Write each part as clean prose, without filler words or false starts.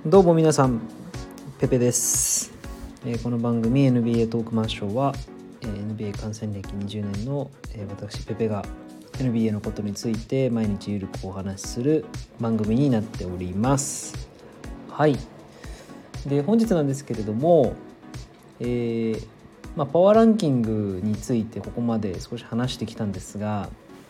どうも皆さん、ペペです。この番組 NBA トークマンショーは、NBA 観戦歴20年の、私ペペが NBA のことについて毎日ゆるくお話しする番組になっております。はい。で、本日なんですけれども、パワーランキングについてここまで少し話してきたんですが、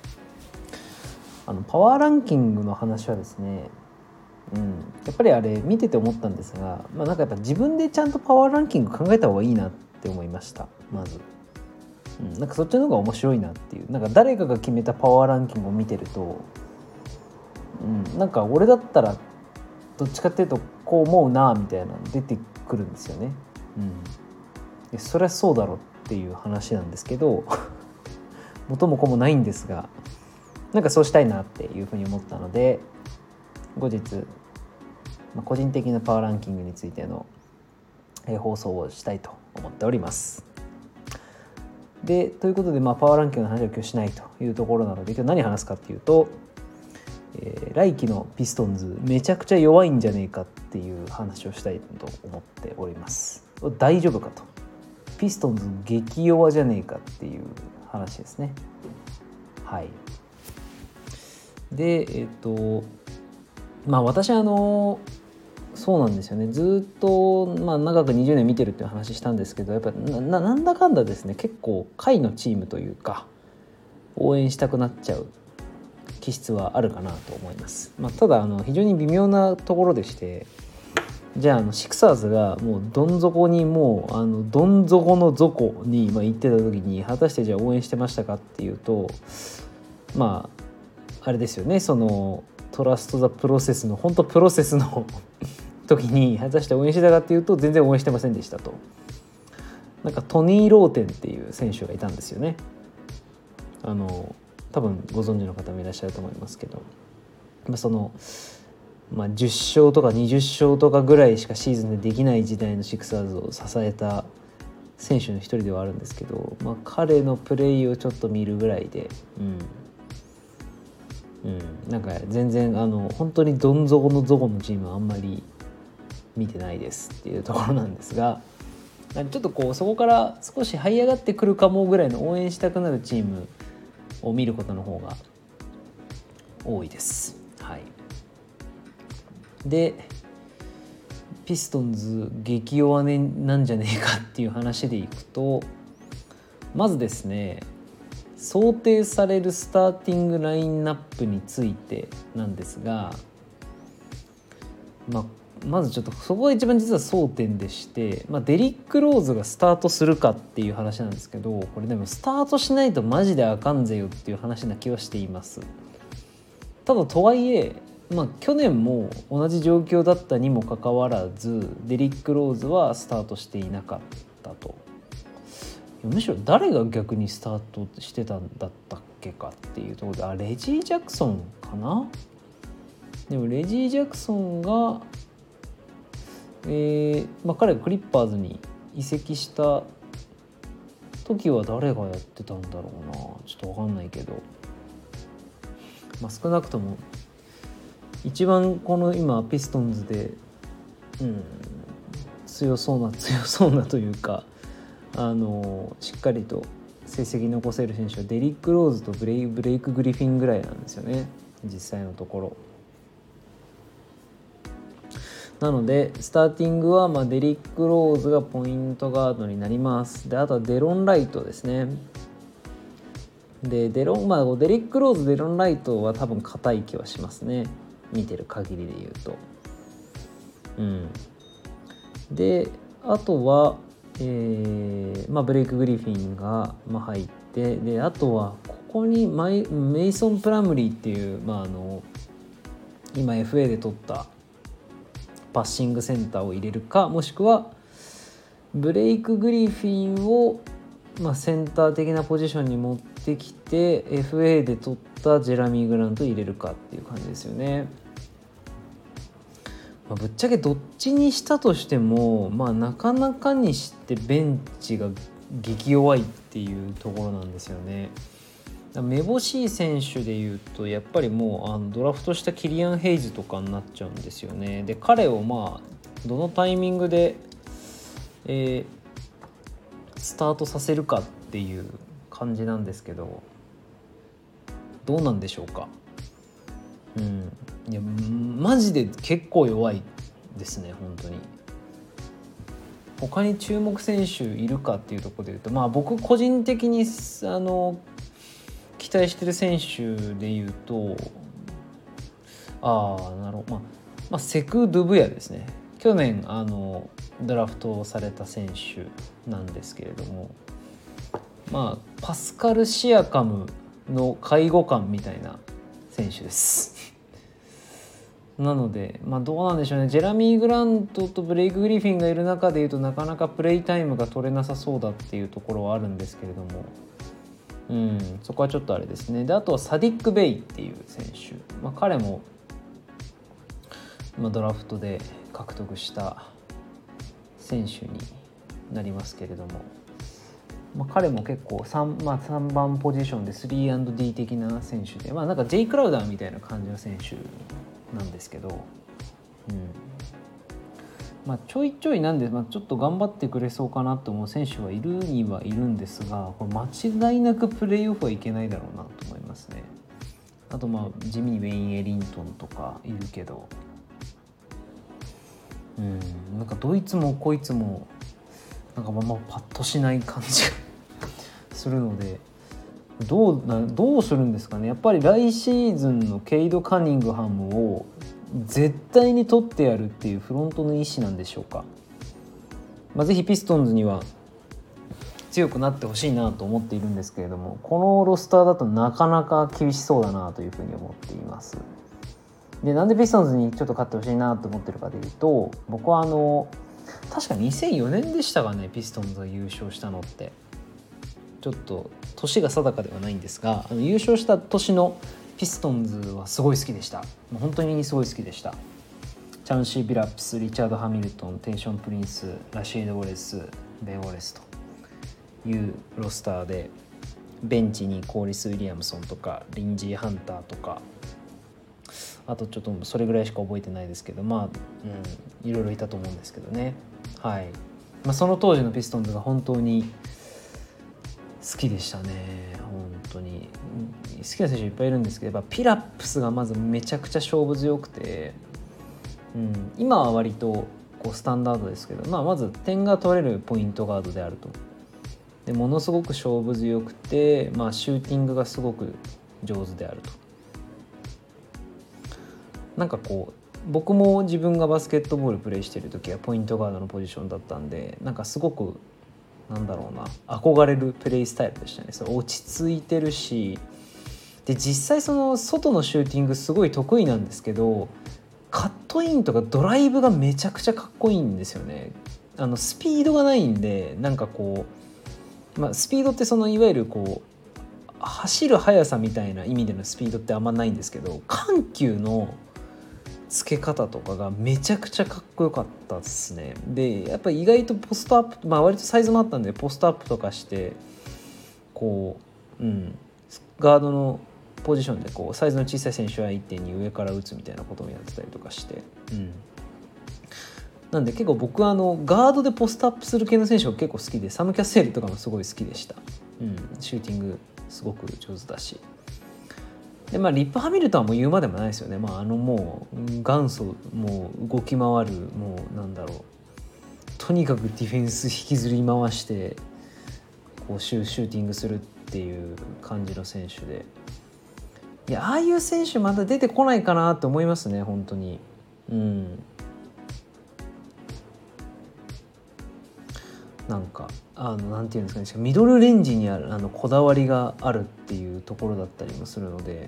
パワーランキングの話はですね、やっぱりあれ見てて思ったんですが、なんかやっぱ自分でちゃんとパワーランキング考えた方がいいなって思いました。まず、なんかそっちの方が面白いなっていう、なんか誰かが決めたパワーランキングを見てると、なんか俺だったらどっちかっていうとこう思うなみたいなの出てくるんですよね。でそりゃそうだろっていう話なんですけど元も子もないんですが、なんかそうしたいなっていうふうに思ったので、後日、個人的なパワーランキングについての、放送をしたいと思っております。で、ということで、パワーランキングの話は今日しないというところなので、今日何話すかっていうと、来季のピストンズめちゃくちゃ弱いんじゃねえかっていう話をしたいと思っております。大丈夫かと。ピストンズ激弱じゃねえかっていう話ですね。はい。で、私そうなんですよね。ずっと、長く20年見てるっていう話したんですけど、やっぱなんだかんだですね、結構下位のチームというか応援したくなっちゃう気質はあるかなと思います。ただ非常に微妙なところでして、じゃあシクサーズがもうどん底にどん底の底に行ってた時に果たしてじゃあ応援してましたかっていうと、あれですよね、そのトラスト・ザ・プロセスの本当プロセスの時に果たして応援してたかっていうと全然応援してませんでしたと。なんかトニー・ローテンっていう選手がいたんですよね。多分ご存知の方もいらっしゃると思いますけど、その、10勝とか20勝とかぐらいしかシーズンでできない時代のシクサーズを支えた選手の一人ではあるんですけど、彼のプレーをちょっと見るぐらいで、なんか全然本当にどん底の底のチームはあんまり見てないですっていうところなんですが、ちょっとこうそこから少し這い上がってくるかもぐらいの応援したくなるチームを見ることの方が多いです。はい。で、ピストンズ激弱ねなんじゃねえかっていう話でいくと、まずですね、想定されるスターティングラインナップについてなんですが、まずちょっとそこが一番実は争点でして、デリック・ローズがスタートするかっていう話なんですけど、これでもスタートしないとマジであかんぜよっていう話な気はしています。ただとはいえ、去年も同じ状況だったにもかかわらずデリック・ローズはスタートしていなかったと。むしろ誰が逆にスタートしてたんだったっけかっていうところで、レジー・ジャクソンかな。でもレジー・ジャクソンが、彼がクリッパーズに移籍した時は誰がやってたんだろうな、ちょっと分かんないけど、少なくとも一番この今ピストンズで、強そうなというか、しっかりと成績残せる選手はデリック・ローズとブレイク・グリフィンぐらいなんですよね、実際のところ。なのでスターティングはデリック・ローズがポイントガードになります。で、あとはデロン・ライトですね。でデリック・ローズ、デロン・ライトは多分硬い気はしますね、見てる限りで言うと。で、あとは、ブレイク・グリフィンが入って、であとはここにメイソン・プラムリーっていう、今 FA で取ったパッシングセンターを入れるか、もしくはブレイク・グリフィンを、センター的なポジションに持ってきて FA で取ったジェラミー・グラントを入れるかっていう感じですよね。ぶっちゃけどっちにしたとしても、なかなかにしてベンチが激弱いっていうところなんですよね。 めぼしい選手でいうとやっぱりもうドラフトしたキリアン・ヘイズとかになっちゃうんですよね。で彼をどのタイミングで、スタートさせるかっていう感じなんですけど、どうなんでしょうか。いやマジで結構弱いですね本当に。他に注目選手いるかっていうところでいうと、僕個人的に期待してる選手でいうとセク・ドゥブヤですね。去年ドラフトされた選手なんですけれども、パスカル・シアカムの介護官みたいな選手ですなので、どうなんでしょうね。ジェラミー・グラントとブレイク・グリフィンがいる中でいうとなかなかプレイタイムが取れなさそうだっていうところはあるんですけれども、そこはちょっとあれですね。であとはサディック・ベイっていう選手、彼も、ドラフトで獲得した選手になりますけれども、彼も結構 3番ポジションで 3&D 的な選手で、なんかジェイ・クラウダーみたいな感じの選手なんですけど、ちょいちょいなんで、ちょっと頑張ってくれそうかなと思う選手はいるにはいるんですが、これ間違いなくプレーオフはいけないだろうなと思いますね。あと地味にウェイン・エリントンとかいるけど、なんかどいつもこいつもなんかパッとしない感じがするので、どうするんですかね。やっぱり来シーズンのケイド・カニングハムを絶対に取ってやるっていうフロントの意思なんでしょうか。ぜひピストンズには強くなってほしいなと思っているんですけれども、このロスターだとなかなか厳しそうだなというふうに思っています。でなんでピストンズにちょっと勝ってほしいなと思ってるかというと、僕は確か2004年でしたがね、ピストンズが優勝したのって。ちょっと年が定かではないんですが、優勝した年のピストンズはすごい好きでした。もう本当にすごい好きでした。チャウンシー・ビラップス、リチャード・ハミルトン、テイション・プリンス、ラシード・ウォレス、ベン・ウォレスというロスターで、ベンチにコーリス・ウィリアムソンとかリンジー・ハンターとか、あとちょっとそれぐらいしか覚えてないですけど、いろいろいたと思うんですけどね。はい。その当時のピストンズが本当に好きでしたね。本当に好きな選手いっぱいいるんですけど、ピラップスがまずめちゃくちゃ勝負強くて、今は割とスタンダードですけど、まず点が取れるポイントガードであると。でものすごく勝負強くて、シューティングがすごく上手であると。なんか僕も自分がバスケットボールプレーしてる時はポイントガードのポジションだったんで、なんかすごく憧れるプレイスタイルでしたね。落ち着いてるし、で実際その外のシューティングすごい得意なんですけど、カットインとかドライブがめちゃくちゃかっこいいんですよね。スピードがないんで、なんかスピードっていわゆる走る速さみたいな意味でのスピードってあんまないんですけど、緩急のつけ方とかがめちゃくちゃかっこよかったですね。でやっぱり意外とポストアップ、割とサイズもあったんでポストアップとかしてガードのポジションでサイズの小さい選手は一点に上から打つみたいなこともやってたりとかして、なんで結構僕はガードでポストアップする系の選手が結構好きで、サム・キャッセルとかもすごい好きでした。シューティングすごく上手だし、でリップ・ハミルトンはもう言うまでもないですよね。もう元祖、もう動き回る、もうとにかくディフェンス引きずり回してシューティングするっていう感じの選手で、いやああいう選手まだ出てこないかなって思いますね本当に。なんかなんていうんですかね、ミドルレンジにあるこだわりがあるっていうところだったりもするので、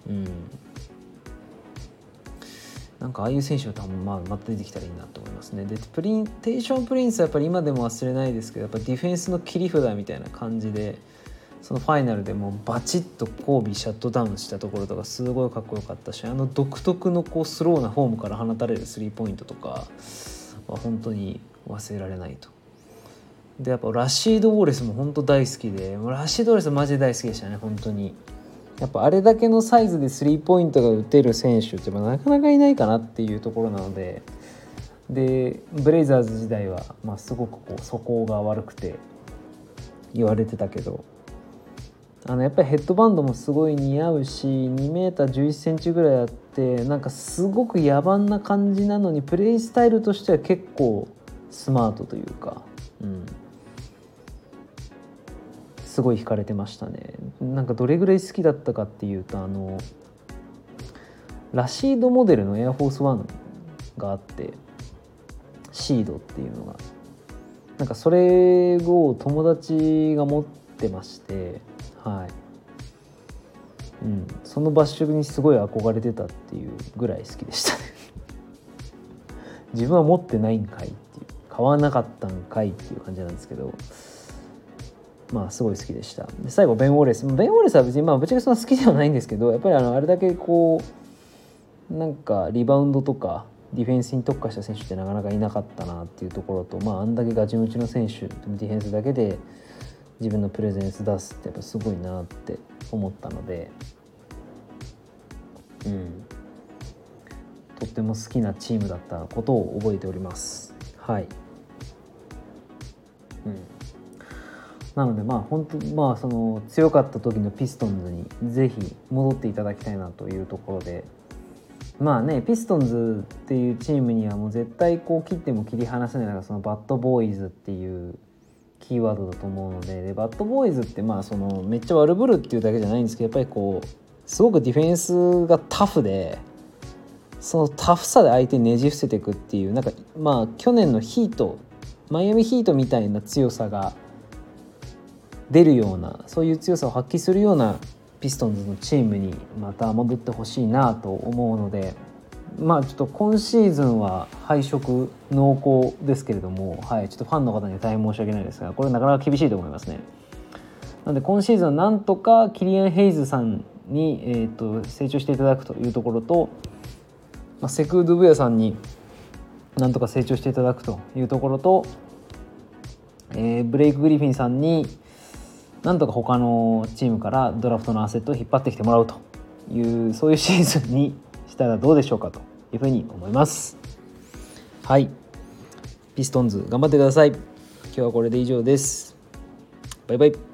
なんかああいう選手が多分また出てきたらいいなと思いますね。でテイション・プリンスはやっぱり今でも忘れないですけど、やっぱディフェンスの切り札みたいな感じで、そのファイナルでもバチッとコービーシャットダウンしたところとかすごいかっこよかったし、独特のスローなフォームから放たれるスリーポイントとかは本当に忘れられないと。 でやっぱラシード・ウォレスも本当大好きで、ラシード・ウォレスマジで大好きでしたね本当に。やっぱあれだけのサイズでスリーポイントが打てる選手ってなかなかいないかなっていうところなので、ブレイザーズ時代は、すごく素行が悪くて言われてたけど、やっぱりヘッドバンドもすごい似合うし、2メーター11センチぐらいあって、なんかすごく野蛮な感じなのにプレイスタイルとしては結構スマートというか、すごい惹かれてましたね。なんかどれぐらい好きだったかっていうと、ラシードモデルのエアフォースワンがあって、シードっていうのがなんかそれを友達が持ってまして、そのバッシュにすごい憧れてたっていうぐらい好きでしたね自分は持ってないんかいっていう、買わなかったんかいっていう感じなんですけど、すごい好きでした。で最後ベン・ウォレスは別にぶっちゃけそんな好きではないんですけど、やっぱりあれだけなんかリバウンドとかディフェンスに特化した選手ってなかなかいなかったなっていうところと、あんだけガチムチの選手、ディフェンスだけで自分のプレゼンス出すってやっぱすごいなって思ったので、とっても好きなチームだったことを覚えております。なので本当その強かった時のピストンズにぜひ戻っていただきたいなというところで、ピストンズっていうチームにはもう絶対切っても切り離せないのがそのバッドボーイズっていうキーワードだと思うので、バッドボーイズってそのめっちゃ悪ぶるっていうだけじゃないんですけど、やっぱりすごくディフェンスがタフで、そのタフさで相手にねじ伏せていくっていう、なんか去年のマイアミヒートみたいな強さが出るような、そういう強さを発揮するようなピストンズのチームにまた戻ってほしいなと思うので、ちょっと今シーズンは敗色濃厚ですけれども、ちょっとファンの方には大変申し訳ないですが、これなかなか厳しいと思いますね。なので今シーズンはなんとかキリアン・ヘイズさんに、成長していただくというところと、セク・ドゥブヤさんになんとか成長していただくというところと、ブレイク・グリフィンさんになんとか他のチームからドラフトのアセットを引っ張ってきてもらうという、そういうシーズンにしたらどうでしょうかというふうに思います。ピストンズ頑張ってください。今日はこれで以上です。バイバイ。